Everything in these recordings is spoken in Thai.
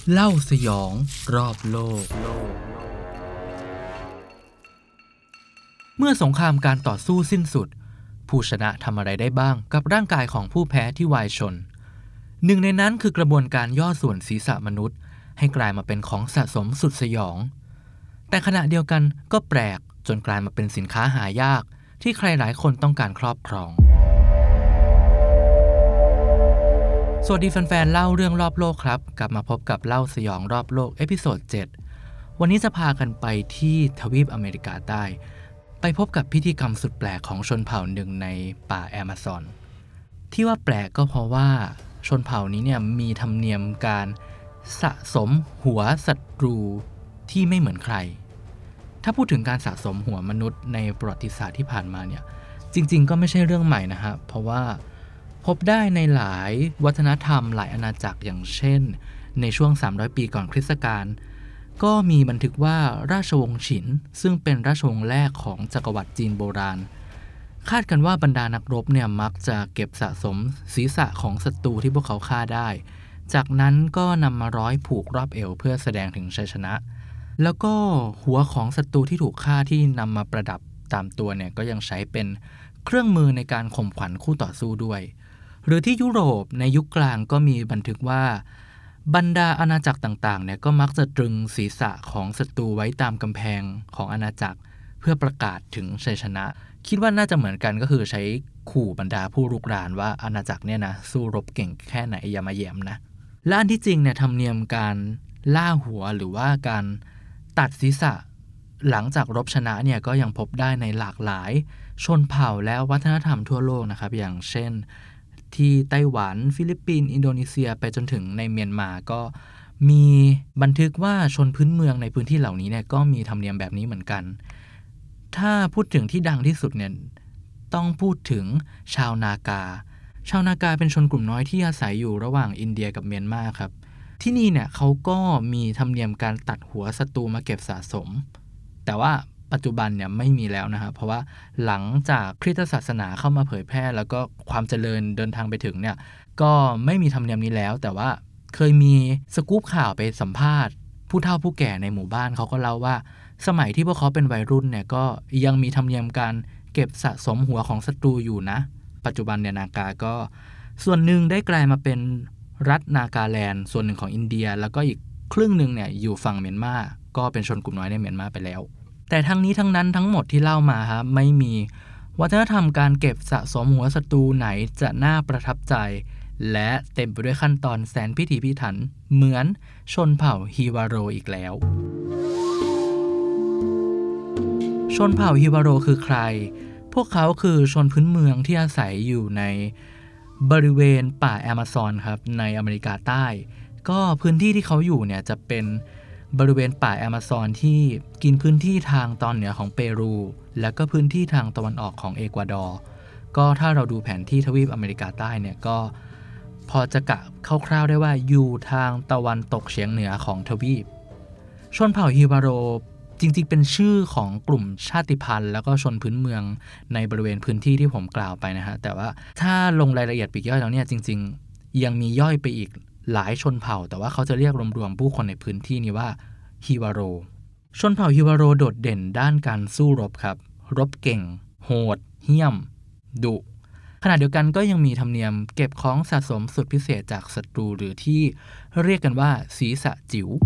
เล่าสยองรอบโลกเมื่อสงครามการต่อสู้สิ้นสุดผู้ชนะทำอะไรได้บ้างกับร่างกายของผู้แพ้ที่วายชนหนึ่งในนั้นคือกระบวนการย่อส่วนศีรษะมนุษย์ให้กลายมาเป็นของสะสมสุดสยองแต่ขณะเดียวกันก็แปลกจนกลายมาเป็นสินค้าหายากที่ใครหลายคนต้องการครอบครองสวัสดีแฟนๆเล่าเรื่องรอบโลกครับกลับมาพบกับเล่าสยองรอบโลกเอพิโซด7วันนี้จะพากันไปที่ทวีปอเมริกาใต้ไปพบกับพิธีกรรมสุดแปลกของชนเผ่าหนึ่งในป่าแอมะซอนที่ว่าแปลกก็เพราะว่าชนเผ่านี้เนี่ยมีธรรมเนียมการสะสมหัวศัตรูที่ไม่เหมือนใครถ้าพูดถึงการสะสมหัวมนุษย์ในประวัติศาสตร์ที่ผ่านมาเนี่ยจริงๆก็ไม่ใช่เรื่องใหม่นะฮะเพราะว่าพบได้ในหลายวัฒนธรรมหลายอาณาจักรอย่างเช่นในช่วง300ปีก่อนคริสตกาลก็มีบันทึกว่าราชวงศ์ฉินซึ่งเป็นราชวงศ์แรกของจักรวรรดิจีนโบราณคาดกันว่าบรรดานักรบเนี่ยมักจะเก็บสะสมศีรษะของศัตรูที่พวกเขาฆ่าได้จากนั้นก็นำมาร้อยผูกรอบเอวเพื่อแสดงถึงชัยชนะแล้วก็หัวของศัตรูที่ถูกฆ่าที่นำมาประดับตามตัวเนี่ยก็ยังใช้เป็นเครื่องมือในการข่มขวัญคู่ต่อสู้ด้วยหรือที่ยุโรปในยุคกลางก็มีบันทึกว่าบรรดาอาณาจักรต่างๆเนี่ยก็มักจะตรึงศีรษะของศัตรูไว้ตามกำแพงของอาณาจักรเพื่อประกาศถึงชัยชนะคิดว่าน่าจะเหมือนกันก็คือใช้ขู่บรรดาผู้รุกรานว่าอาณาจักรเนี่ยนะสู้รบเก่งแค่ไหนอย่ามาแย้มนะและอันที่จริงเนี่ยธรรมเนียมการล่าหัวหรือว่าการตัดศีรษะหลังจากรบชนะเนี่ยก็ยังพบได้ในหลากหลายชนเผ่าและวัฒนธรรมทั่วโลกนะครับอย่างเช่นที่ไต้หวันฟิลิปปินส์อินโดนีเซียไปจนถึงในเมียนมาก็มีบันทึกว่าชนพื้นเมืองในพื้นที่เหล่านี้เนี่ยก็มีธรรมเนียมแบบนี้เหมือนกันถ้าพูดถึงที่ดังที่สุดเนี่ยต้องพูดถึงชาวนากาเป็นชนกลุ่มน้อยที่อาศัยอยู่ระหว่างอินเดียกับเมียนมาครับที่นี่เนี่ยเขาก็มีธรรมเนียมการตัดหัวศัตรูมาเก็บสะสมแต่ว่าปัจจุบันเนี่ยไม่มีแล้วนะครับเพราะว่าหลังจากคริสตศาสนาเข้ามาเผยแพร่แล้วก็ความเจริญเดินทางไปถึงเนี่ยก็ไม่มีธรรมเนียมนี้แล้วแต่ว่าเคยมีสกู๊ปข่าวไปสัมภาษณ์ผู้เฒ่าผู้แก่ในหมู่บ้านเขาก็เล่าว่าสมัยที่พวกเขาเป็นวัยรุ่นเนี่ยก็ยังมีธรรมเนียมการเก็บสะสมหัวของศัตรูอยู่นะปัจจุบันเนี่ยนากาก็ส่วนหนึ่งได้กลายมาเป็นรัฐนากาแลนด์ส่วนหนึ่งของอินเดียแล้วก็อีกครึ่งหนึ่งเนี่ยอยู่ฝั่งเมียนมาก็เป็นชนกลุ่มน้อยในเมียนมาไปแล้วแต่ทั้งนี้ทั้งนั้นทั้งหมดที่เล่ามาครับไม่มีวัฒนธรรมการเก็บสะสมหัวศัตรูไหนจะน่าประทับใจและเต็มไปด้วยขั้นตอนแสนพิถีพิถันเหมือนชนเผ่าฮิวาโรอีกแล้วชนเผ่าฮิวาโรคือใครพวกเขาคือชนพื้นเมืองที่อาศัยอยู่ในบริเวณป่าแอมะซอนครับในอเมริกาใต้ก็พื้นที่ที่เขาอยู่เนี่ยจะเป็นบริเวณป่าแอมะซอนที่กินพื้นที่ทางตอนเหนือของเปรูและก็พื้นที่ทางตะวันออกของเอกวาดอร์ก็ถ้าเราดูแผนที่ทวีปอเมริกาใต้เนี่ยก็พอจะกะคร่าวๆได้ว่าอยู่ทางตะวันตกเฉียงเหนือของทวีปชนเผ่าฮิวาโรจริงๆเป็นชื่อของกลุ่มชาติพันธุ์แล้วก็ชนพื้นเมืองในบริเวณพื้นที่ที่ผมกล่าวไปนะฮะแต่ว่าถ้าลงรายละเอียดปลีกย่อยแล้วเนี่ยจริงๆยังมีย่อยไปอีกหลายชนเผ่าแต่ว่าเขาจะเรียกรวมๆผู้คนในพื้นที่นี้ว่าฮิวาโรชนเผ่าฮิวาโรโดดเด่นด้านการสู้รบครับรบเก่งโหดเหี้ยมดุขณะเดียวกันก็ยังมีธรรมเนียมเก็บของสะสมสุดพิเศษจากศัตรูหรือที่เรียกกันว่าศีรษะจิ๋ว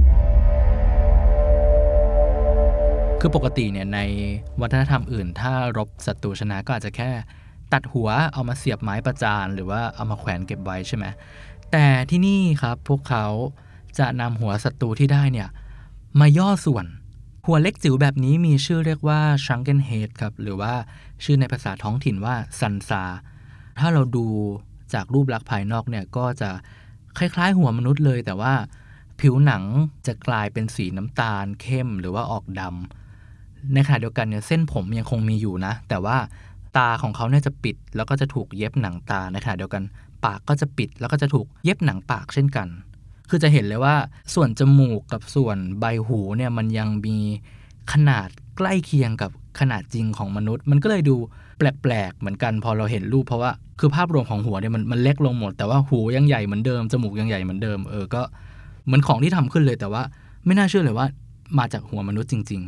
คือปกติเนี่ยในวัฒนธรรมอื่นถ้ารบศัตรูชนะก็อาจจะแค่ตัดหัวเอามาเสียบไม้ประจานหรือว่าเอามาแขวนเก็บไว้ใช่ไหมแต่ที่นี่ครับพวกเขาจะนำหัวศัตรูที่ได้เนี่ยมาย่อส่วนหัวเล็กจิ๋วแบบนี้มีชื่อเรียกว่า shrunken head ครับหรือว่าชื่อในภาษาท้องถิ่นว่าซันซาถ้าเราดูจากรูปลักษณ์ภายนอกเนี่ยก็จะคล้ายๆหัวมนุษย์เลยแต่ว่าผิวหนังจะกลายเป็นสีน้ำตาลเข้มหรือว่าออกดำในขณะเดียวกันเนี่ยเส้นผมยังคงมีอยู่นะแต่ว่าตาของเขาเนี่ยจะปิดแล้วก็จะถูกเย็บหนังตาในขณะเดียวกันปากก็จะปิดแล้วก็จะถูกเย็บหนังปากเช่นกันคือจะเห็นเลยว่าส่วนจมูกกับส่วนใบหูเนี่ยมันยังมีขนาดใกล้เคียงกับขนาดจริงของมนุษย์มันก็เลยดูแปลกๆเหมือนกันพอเราเห็นรูปเพราะว่าคือภาพรวมของหัวเนี่ยมันเล็กลงหมดแต่ว่าหูยังใหญ่เหมือนเดิมจมูกยังใหญ่เหมือนเดิมก็เหมือนของที่ทำขึ้นเลยแต่ว่าไม่น่าเชื่อเลยว่ามาจากหัวมนุษย์จริง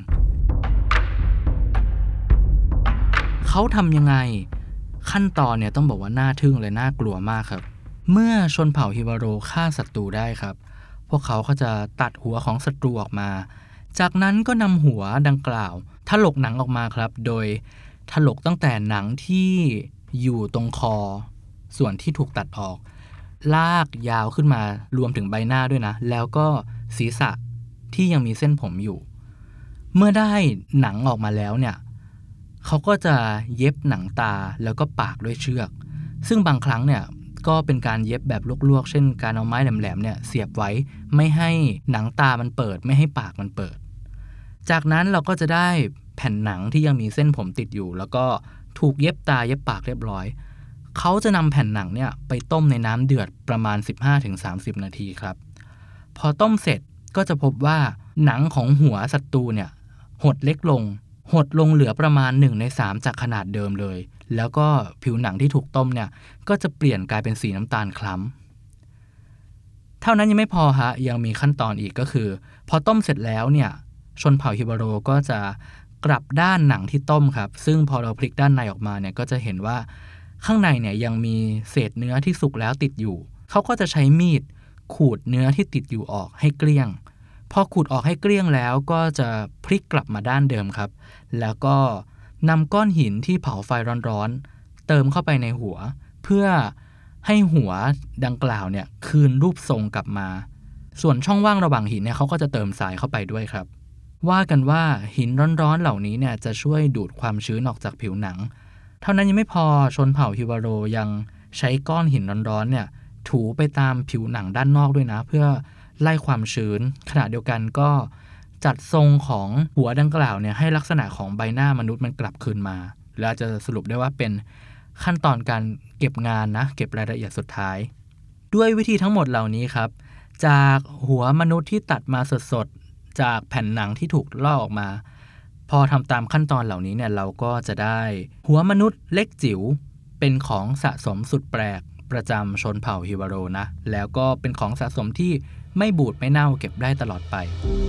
ๆเขาทำยังไงขั้นตอนเนี่ยต้องบอกว่าน่าทึ่งเลยน่ากลัวมากครับเมื่อชนเผ่าฮิวาโรฆ่าศัตรูได้ครับพวกเขาก็จะตัดหัวของศัตรูออกมาจากนั้นก็นำหัวดังกล่าวถลกหนังออกมาครับโดยถลกตั้งแต่หนังที่อยู่ตรงคอส่วนที่ถูกตัดออกลากยาวขึ้นมารวมถึงใบหน้าด้วยนะแล้วก็ศีรษะที่ยังมีเส้นผมอยู่เมื่อได้หนังออกมาแล้วเนี่ยเขาก็จะเย็บหนังตาแล้วก็ปากด้วยเชือกซึ่งบางครั้งเนี่ยก็เป็นการเย็บแบบลวกๆเช่นการเอาไม้แหลมๆเนี่ยเสียบไว้ไม่ให้หนังตามันเปิดไม่ให้ปากมันเปิดจากนั้นเราก็จะได้แผ่นหนังที่ยังมีเส้นผมติดอยู่แล้วก็ถูกเย็บตาเย็บปากเรียบร้อยเขาจะนำแผ่นหนังเนี่ยไปต้มในน้ำเดือดประมาณ 15-30 นาทีครับพอต้มเสร็จก็จะพบว่าหนังของหัวศัตรูเนี่ยหดเล็กลงเหลือประมาณ1 ใน 3จากขนาดเดิมเลยแล้วก็ผิวหนังที่ถูกต้มเนี่ยก็จะเปลี่ยนกลายเป็นสีน้ำตาลคล้ำเท่านั้นยังไม่พอฮะยังมีขั้นตอนอีกก็คือพอต้มเสร็จแล้วเนี่ยชนเผ่าฮิบาโรก็จะกลับด้านหนังที่ต้มครับซึ่งพอเราพลิกด้านในออกมาเนี่ยก็จะเห็นว่าข้างในเนี่ยยังมีเศษเนื้อที่สุกแล้วติดอยู่เขาก็จะใช้มีดขูดเนื้อที่ติดอยู่ออกให้เกลี้ยงพอขูดออกให้เกลี้ยงแล้วก็จะพลิกกลับมาด้านเดิมครับแล้วก็นำก้อนหินที่เผาไฟร้อนๆเติมเข้าไปในหัวเพื่อให้หัวดังกล่าวเนี่ยคืนรูปทรงกลับมาส่วนช่องว่างระหว่างหินเนี่ยเขาก็จะเติมทรายเข้าไปด้วยครับว่ากันว่าหินร้อนๆเหล่านี้เนี่ยจะช่วยดูดความชื้นออกจากผิวหนังเท่านั้นยังไม่พอชนเผ่าฮิวาโรยังใช้ก้อนหินร้อนๆเนี่ยถูไปตามผิวหนังด้านนอกด้วยนะเพื่อไล่ความชื้นขณะเดียวกันก็จัดทรงของหัวดังกล่าวเนี่ยให้ลักษณะของใบหน้ามนุษย์มันกลับคืนมาและจะสรุปได้ว่าเป็นขั้นตอนการเก็บงานนะเก็บรายละเอียดสุดท้ายด้วยวิธีทั้งหมดเหล่านี้ครับจากหัวมนุษย์ที่ตัดมาสดๆจากแผ่นหนังที่ถูกลอกออกมาพอทำตามขั้นตอนเหล่านี้เนี่ยเราก็จะได้หัวมนุษย์เล็กจิ๋วเป็นของสะสมสุดแปลกประจำชนเผ่าฮิวาโรนะแล้วก็เป็นของสะสมที่ไม่บูดไม่เน่าเก็บได้ตลอดไป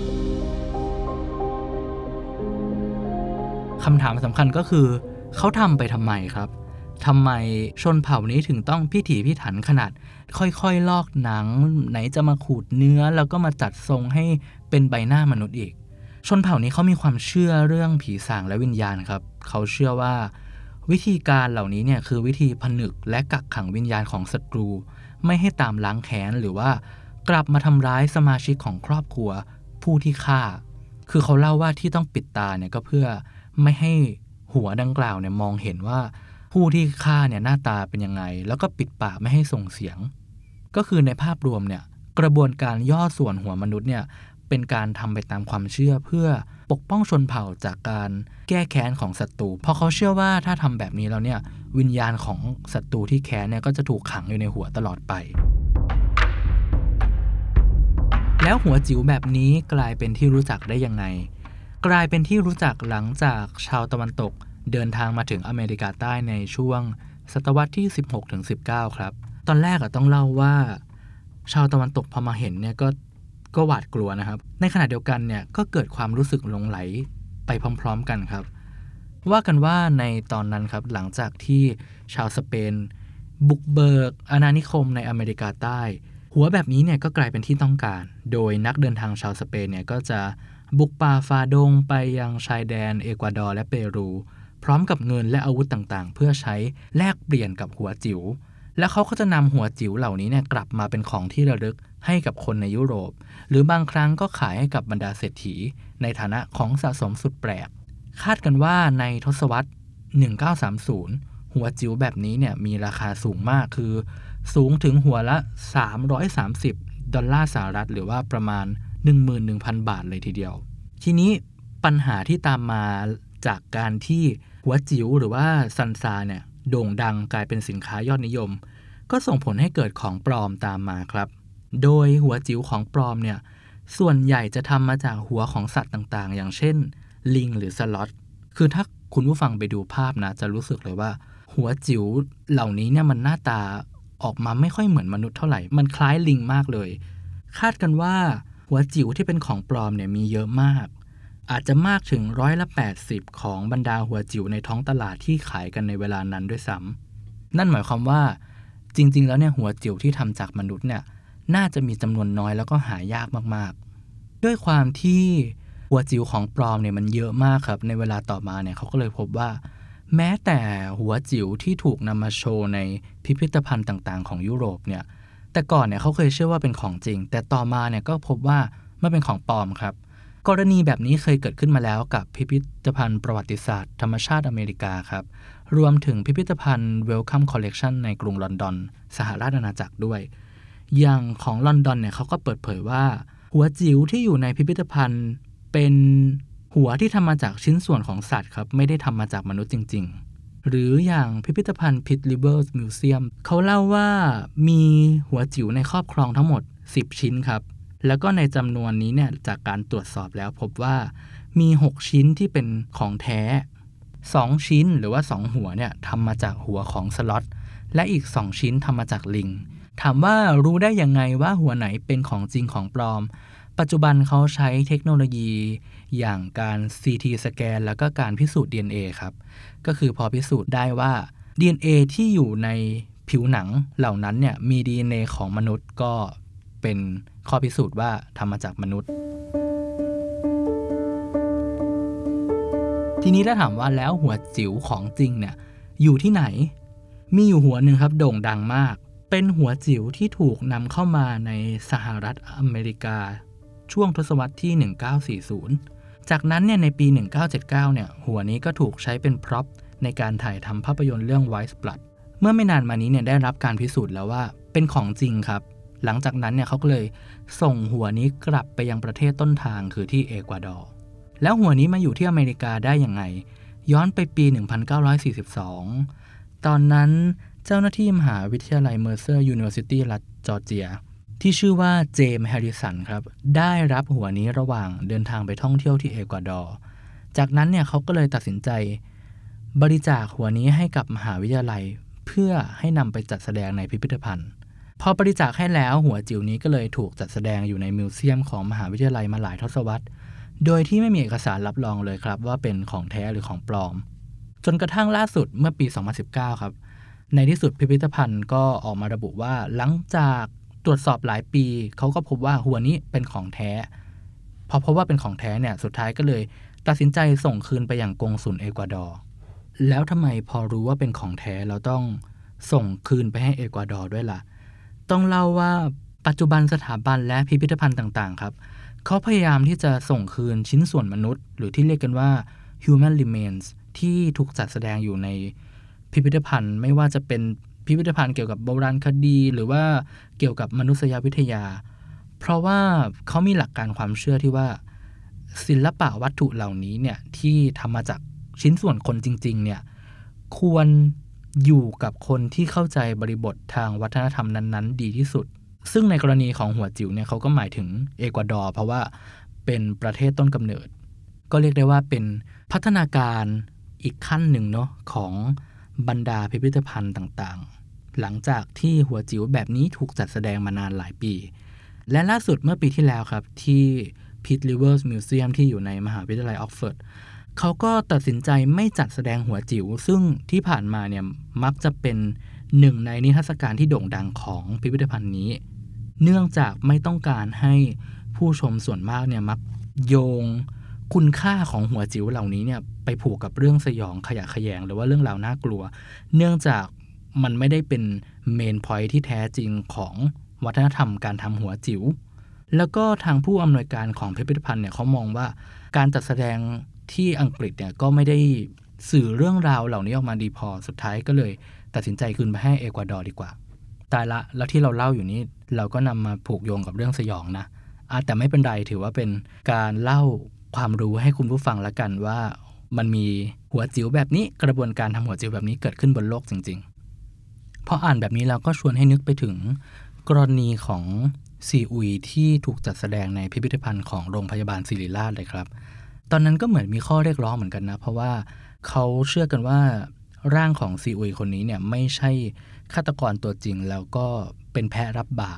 คำถามสำคัญก็คือเขาทำไปทำไมครับทำไมชนเผ่านี้ถึงต้องพิถีพิถันขนาดค่อยๆลอกหนังไหนจะมาขูดเนื้อแล้วก็มาจัดทรงให้เป็นใบหน้ามนุษย์อีกชนเผ่านี้เขามีความเชื่อเรื่องผีสางและวิญญาณครับเขาเชื่อว่าวิธีการเหล่านี้เนี่ยคือวิธีผนึกและกักขังวิญญาณของศัตรูไม่ให้ตามล้างแค้นหรือว่ากลับมาทำร้ายสมาชิกของครอบครัวผู้ที่ฆ่าคือเขาเล่าว่าที่ต้องปิดตาเนี่ยก็เพื่อไม่ให้หัวดังกล่าวเนี่ยมองเห็นว่าผู้ที่ฆ่าเนี่ยหน้าตาเป็นยังไงแล้วก็ปิดปากไม่ให้ส่งเสียงก็คือในภาพรวมเนี่ยกระบวนการย่อส่วนหัวมนุษย์เนี่ยเป็นการทำไปตามความเชื่อเพื่อปกป้องชนเผ่าจากการแก้แค้นของศัตรูเพราะเขาเชื่อว่าถ้าทำแบบนี้แล้วเนี่ยวิญญาณของศัตรูที่แค้นเนี่ยก็จะถูกขังอยู่ในหัวตลอดไปแล้วหัวจิ๋วแบบนี้กลายเป็นที่รู้จักได้ยังไงกลายเป็นที่รู้จักหลังจากชาวตะวันตกเดินทางมาถึงอเมริกาใต้ในช่วงศตวรรษที่ 16-19 ครับตอนแรกต้องเล่าว่าชาวตะวันตกพอมาเห็นเนี่ยก็หวาดกลัวนะครับในขณะเดียวกันเนี่ยก็เกิดความรู้สึกหลงไหลไปพร้อมๆกันครับว่ากันว่าในตอนนั้นครับหลังจากที่ชาวสเปนบุกเบิกอาณานิคมในอเมริกาใต้หัวแบบนี้เนี่ยก็กลายเป็นที่ต้องการโดยนักเดินทางชาวสเปนเนี่ยก็จะบุกป่าฝ่าดงไปยังชายแดนเอกวาดอร์และเปรูพร้อมกับเงินและอาวุธต่างๆเพื่อใช้แลกเปลี่ยนกับหัวจิ๋วแล้วเขาก็จะนำหัวจิ๋วเหล่านี้เนี่ยกลับมาเป็นของที่ระลึกให้กับคนในยุโรปหรือบางครั้งก็ขายให้กับบรรดาเศรษฐีในฐานะของสะสมสุดแปลกคาดกันว่าในทศวรรษ 1930 หัวจิ๋วแบบนี้เนี่ยมีราคาสูงมากคือสูงถึงหัวละ$330หรือว่าประมาณ 11,000 บาทเลยทีเดียวทีนี้ปัญหาที่ตามมาจากการที่หัวจิ๋วหรือว่าซันซาเนี่ยโด่งดังกลายเป็นสินค้ายอดนิยมก็ส่งผลให้เกิดของปลอมตามมาครับโดยหัวจิ๋วของปลอมเนี่ยส่วนใหญ่จะทำมาจากหัวของสัตว์ต่างๆอย่างเช่นลิงหรือสล็อตคือถ้าคุณผู้ฟังไปดูภาพนะจะรู้สึกเลยว่าหัวจิ๋วเหล่านี้เนี่ยมันหน้าตาออกมาไม่ค่อยเหมือนมนุษย์เท่าไหร่มันคล้ายลิงมากเลยคาดกันว่าหัวจิ๋วที่เป็นของปลอมเนี่ยมีเยอะมากอาจจะมากถึง80%ของบรรดาหัวจิ๋วในท้องตลาดที่ขายกันในเวลานั้นด้วยซ้ำนั่นหมายความว่าจริงๆแล้วเนี่ยหัวจิ๋วที่ทำจากมนุษย์เนี่ยน่าจะมีจำนวนน้อยแล้วก็หายากมากๆด้วยความที่หัวจิ๋วของปลอมเนี่ยมันเยอะมากครับในเวลาต่อมาเนี่ยเขาก็เลยพบว่าแม้แต่หัวจิ๋วที่ถูกนำมาโชว์ในพิพิธภัณฑ์ต่างๆของยุโรปเนี่ยแต่ก่อนเนี่ยเขาเคยเชื่อว่าเป็นของจริงแต่ต่อมาเนี่ยก็พบว่ามันเป็นของปลอมครับกรณีแบบนี้เคยเกิดขึ้นมาแล้วกับพิพิธภัณฑ์ประวัติศาสตร์ธรรมชาติอเมริกาครับรวมถึงพิพิธภัณฑ์ Wellcome Collection ในกรุงลอนดอนสหราชอาณาจักรด้วยอย่างของลอนดอนเนี่ยเขาก็เปิดเผยว่าหัวจิ๋วที่อยู่ในพิพิธภัณฑ์เป็นหัวที่ทำมาจากชิ้นส่วนของสัตว์ครับไม่ได้ทำมาจากมนุษย์จริงๆหรืออย่างพิพิธภัณฑ์ Pitt Rivers Museum เขาเล่าว่ามีหัวจิ๋วในครอบครองทั้งหมด10ชิ้นครับแล้วก็ในจำนวนนี้เนี่ยจากการตรวจสอบแล้วพบว่ามี6ชิ้นที่เป็นของแท้2ชิ้นหรือว่า2หัวเนี่ยทำมาจากหัวของสล็อตและอีก2ชิ้นทำมาจากลิงถามว่ารู้ได้ยังไงว่าหัวไหนเป็นของจริงของปลอมปัจจุบันเขาใช้เทคโนโลยีอย่างการ CT สแกนแล้วก็การพิสูจน์ DNA ครับก็คือพอพิสูจน์ได้ว่า DNA ที่อยู่ในผิวหนังเหล่านั้นเนี่ยมี DNA ของมนุษย์ก็เป็นข้อพิสูจน์ว่าทำมาจากมนุษย์ทีนี้ถ้าถามว่าแล้วหัวจิ๋วของจริงเนี่ยอยู่ที่ไหนมีอยู่หัวหนึ่งครับโด่งดังมากเป็นหัวจิ๋วที่ถูกนำเข้ามาในสหรัฐอเมริกาช่วงทศวรรษที่ 1940 จากนั้นเนี่ยในปี 1979 เนี่ยหัวนี้ก็ถูกใช้เป็นพร็อพในการถ่ายทำภาพยนตร์เรื่อง White Blood เมื่อไม่นานมานี้เนี่ยได้รับการพิสูจน์แล้วว่าเป็นของจริงครับหลังจากนั้นเนี่ยเขาก็เลยส่งหัวนี้กลับไปยังประเทศต้นทางคือที่เอกวาดอร์แล้วหัวนี้มาอยู่ที่อเมริกาได้ยังไงย้อนไปปี 1942 ตอนนั้นเจ้าหน้าที่มหาวิทยาลัยเมอร์เซอร์ยูนิเวอร์ซิตี้รัฐจอร์เจียที่ชื่อว่าเจมส์แฮริสันครับได้รับหัวนี้ระหว่างเดินทางไปท่องเที่ยวที่เอกวาดอร์จากนั้นเนี่ยเขาก็เลยตัดสินใจบริจาคหัวนี้ให้กับมหาวิทยาลัยเพื่อให้นำไปจัดแสดงในพิพิธภัณฑ์พอบริจาคให้แล้วหัวจิ๋วนี้ก็เลยถูกจัดแสดงอยู่ในมิวเซียมของมหาวิทยาลัยมาหลายทศวรรษโดยที่ไม่มีเอกสารรับรองเลยครับว่าเป็นของแท้หรือของปลอมจนกระทั่งล่าสุดเมื่อปี 2019 ครับในที่สุดพิพิธภัณฑ์ก็ออกมาระบุว่าหลังจากตรวจสอบหลายปีเขาก็พบว่าหัวนี้เป็นของแท้พอพบว่าเป็นของแท้เนี่ยสุดท้ายก็เลยตัดสินใจส่งคืนไปยังกงสุลเอกวาดอร์แล้วทำไมพอรู้ว่าเป็นของแท้เราต้องส่งคืนไปให้เอกวาดอร์ด้วยล่ะต้องเล่าว่าปัจจุบันสถาบันและพิพิธภัณฑ์ต่างๆครับเขาพยายามที่จะส่งคืนชิ้นส่วนมนุษย์หรือที่เรียกกันว่า human remains ที่ถูกจัดแสดงอยู่ในพิพิธภัณฑ์ไม่ว่าจะเป็นพิพิธภัณฑ์เกี่ยวกับโบราณคดีหรือว่าเกี่ยวกับมนุษยวิทยาเพราะว่าเขามีหลักการความเชื่อที่ว่าศิลปะวัตถุเหล่านี้เนี่ยที่ทำมาจากชิ้นส่วนคนจริงๆเนี่ยควรอยู่กับคนที่เข้าใจบริบททางวัฒนธรรมนั้นๆดีที่สุดซึ่งในกรณีของหัวจิ๋วเนี่ยเขาก็หมายถึงเอกวาดอร์เพราะว่าเป็นประเทศต้นกำเนิดก็เรียกได้ว่าเป็นพัฒนาการอีกขั้นหนึ่งเนาะของบรรดาพิพิธภัณฑ์ต่างๆหลังจากที่หัวจิ๋วแบบนี้ถูกจัดแสดงมานานหลายปีและล่าสุดเมื่อปีที่แล้วครับที่ Pitt Rivers Museum ที่อยู่ในมหาวิทยาลัยออกฟอร์ดเขาก็ตัดสินใจไม่จัดแสดงหัวจิ๋วซึ่งที่ผ่านมาเนี่ยมักจะเป็นหนึ่งในนิทรรศการที่โด่งดังของพิพิธภัณฑ์นี้เนื่องจากไม่ต้องการให้ผู้ชมส่วนมากเนี่ยมักโยงคุณค่าของหัวจิ๋วเหล่านี้เนี่ยไปผูกกับเรื่องสยองขยะแขยงหรือว่าเรื่องราวน่ากลัวเนื่องจากมันไม่ได้เป็นเมนพอยท์ที่แท้จริงของวัฒนธรรมการทำหัวจิ๋วแล้วก็ทางผู้อำนวยการของพิพิธภัณฑ์เนี่ยเขามองว่าการจัดแสดงที่อังกฤษเนี่ยก็ไม่ได้สื่อเรื่องราวเหล่านี้ออกมาดีพอสุดท้ายก็เลยตัดสินใจคืนไปให้เอกวาดอร์ดีกว่าตายละแล้วที่เราเล่าอยู่นี้เราก็นำมาผูกโยงกับเรื่องสยองนะแต่ไม่เป็นไรถือว่าเป็นการเล่าความรู้ให้คุณผู้ฟังละกันว่ามันมีหัวจิ๋วแบบนี้กระบวนการทำหัวจิ๋วแบบนี้เกิดขึ้นบนโลกจริงๆพออ่านแบบนี้เราก็ชวนให้นึกไปถึงกรณีของซีอุยที่ถูกจัดแสดงในพิพิธภัณฑ์ของโรงพยาบาลศิริราชเลยครับตอนนั้นก็เหมือนมีข้อเรียกร้องเหมือนกันนะเพราะว่าเขาเชื่อกันว่าร่างของซีอุยคนนี้เนี่ยไม่ใช่ฆาตกรตัวจริงแล้วก็เป็นแพะรับบาป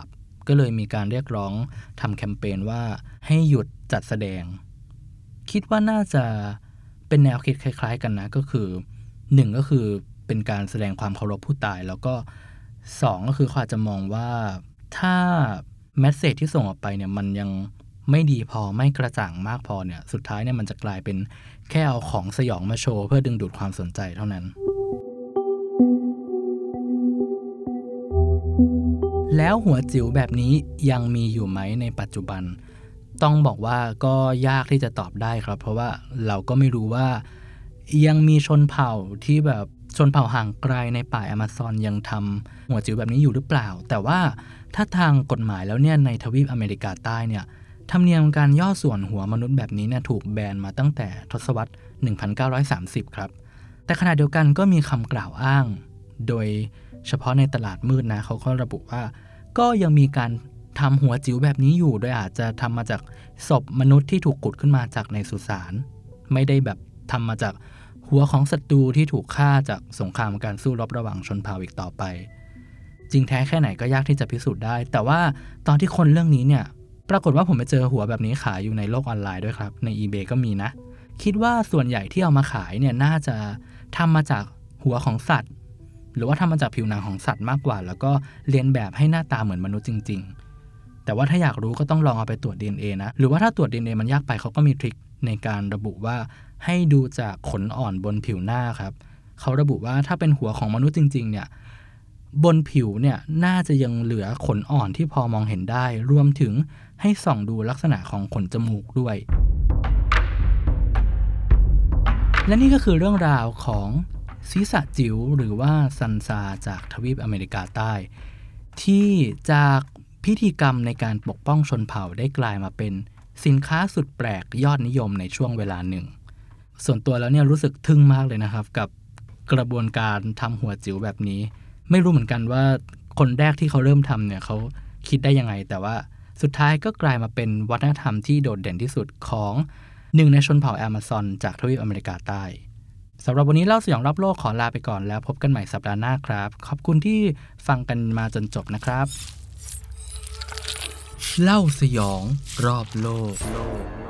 ก็เลยมีการเรียกร้องทำแคมเปญว่าให้หยุดจัดแสดงคิดว่าน่าจะเป็นแนวคิดคล้ายๆกันนะก็คือ1ก็คือเป็นการแสดงความเคารพผู้ตายแล้วก็2ก็คือเขาอาจจะมองว่าถ้าแมสเสจที่ส่งออกไปเนี่ยมันยังไม่ดีพอไม่กระจ่างมากพอเนี่ยสุดท้ายเนี่ยมันจะกลายเป็นแค่เอาของสยองมาโชว์เพื่อดึงดูดความสนใจเท่านั้นแล้วหัวจิ๋วแบบนี้ยังมีอยู่ไหมในปัจจุบันต้องบอกว่าก็ยากที่จะตอบได้ครับเพราะว่าเราก็ไม่รู้ว่ายังมีชนเผ่าที่แบบชนเผ่าห่างไกลในป่าแอมะซอนยังทำหัวจิ๋วแบบนี้อยู่หรือเปล่าแต่ว่าถ้าทางกฎหมายแล้วเนี่ยในทวีปอเมริกาใต้เนี่ยธรรมเนียมการย่อส่วนหัวมนุษย์แบบนี้เนี่ยถูกแบนมาตั้งแต่ทศวรรษ 1930 ครับแต่ขณะเดียวกันก็มีคำกล่าวอ้างโดยเฉพาะในตลาดมืดนะเขาก็ระบุว่าก็ยังมีการทำหัวจิ๋วแบบนี้อยู่โดยอาจจะทำมาจากศพมนุษย์ที่ถูกขุดขึ้นมาจากในสุสานไม่ได้แบบทำมาจากหัวของศัตรูที่ถูกฆ่าจากสงครามการสู้รบระหว่างชนเผ่าอีกต่อไปจริงแท้แค่ไหนก็ยากที่จะพิสูจน์ได้แต่ว่าตอนที่คนเรื่องนี้เนี่ยปรากฏว่าผมไปเจอหัวแบบนี้ขายอยู่ในโลกออนไลน์ด้วยครับใน eBay ก็มีนะคิดว่าส่วนใหญ่ที่เอามาขายเนี่ยน่าจะทำมาจากหัวของสัตว์หรือว่าทำมาจากผิวหนังของสัตว์มากกว่าแล้วก็เลียนแบบให้หน้าตาเหมือนมนุษย์จริงๆแต่ว่าถ้าอยากรู้ก็ต้องลองเอาไปตรวจ DNA นะหรือว่าถ้าตรวจ DNA มันยากไปเขาก็มีทริคในการระบุว่าให้ดูจากขนอ่อนบนผิวหน้าครับเขาระบุว่าถ้าเป็นหัวของมนุษย์จริงๆเนี่ยบนผิวเนี่ยน่าจะยังเหลือขนอ่อนที่พอมองเห็นได้รวมถึงให้ส่องดูลักษณะของขนจมูกด้วยและนี่ก็คือเรื่องราวของศีรษะจิ๋วหรือว่าซันซาจากทวีปอเมริกาใต้ที่จากพิธีกรรมในการปกป้องชนเผ่าได้กลายมาเป็นสินค้าสุดแปลกยอดนิยมในช่วงเวลาหนึ่งส่วนตัวแล้วเนี่ยรู้สึกทึ่งมากเลยนะครับกับกระบวนการทำหัวจิ๋วแบบนี้ไม่รู้เหมือนกันว่าคนแรกที่เขาเริ่มทำเนี่ยเขาคิดได้ยังไงแต่ว่าสุดท้ายก็กลายมาเป็นวัฒนธรรมที่โดดเด่นที่สุดของหนึ่งในชนเผ่าแอมะซอนจากทวีปอเมริกาใต้สำหรับวันนี้เล่าสยองรอบโลกขอลาไปก่อนแล้วพบกันใหม่สัปดาห์หน้าครับขอบคุณที่ฟังกันมาจนจบนะครับเล่าสยองรอบโลก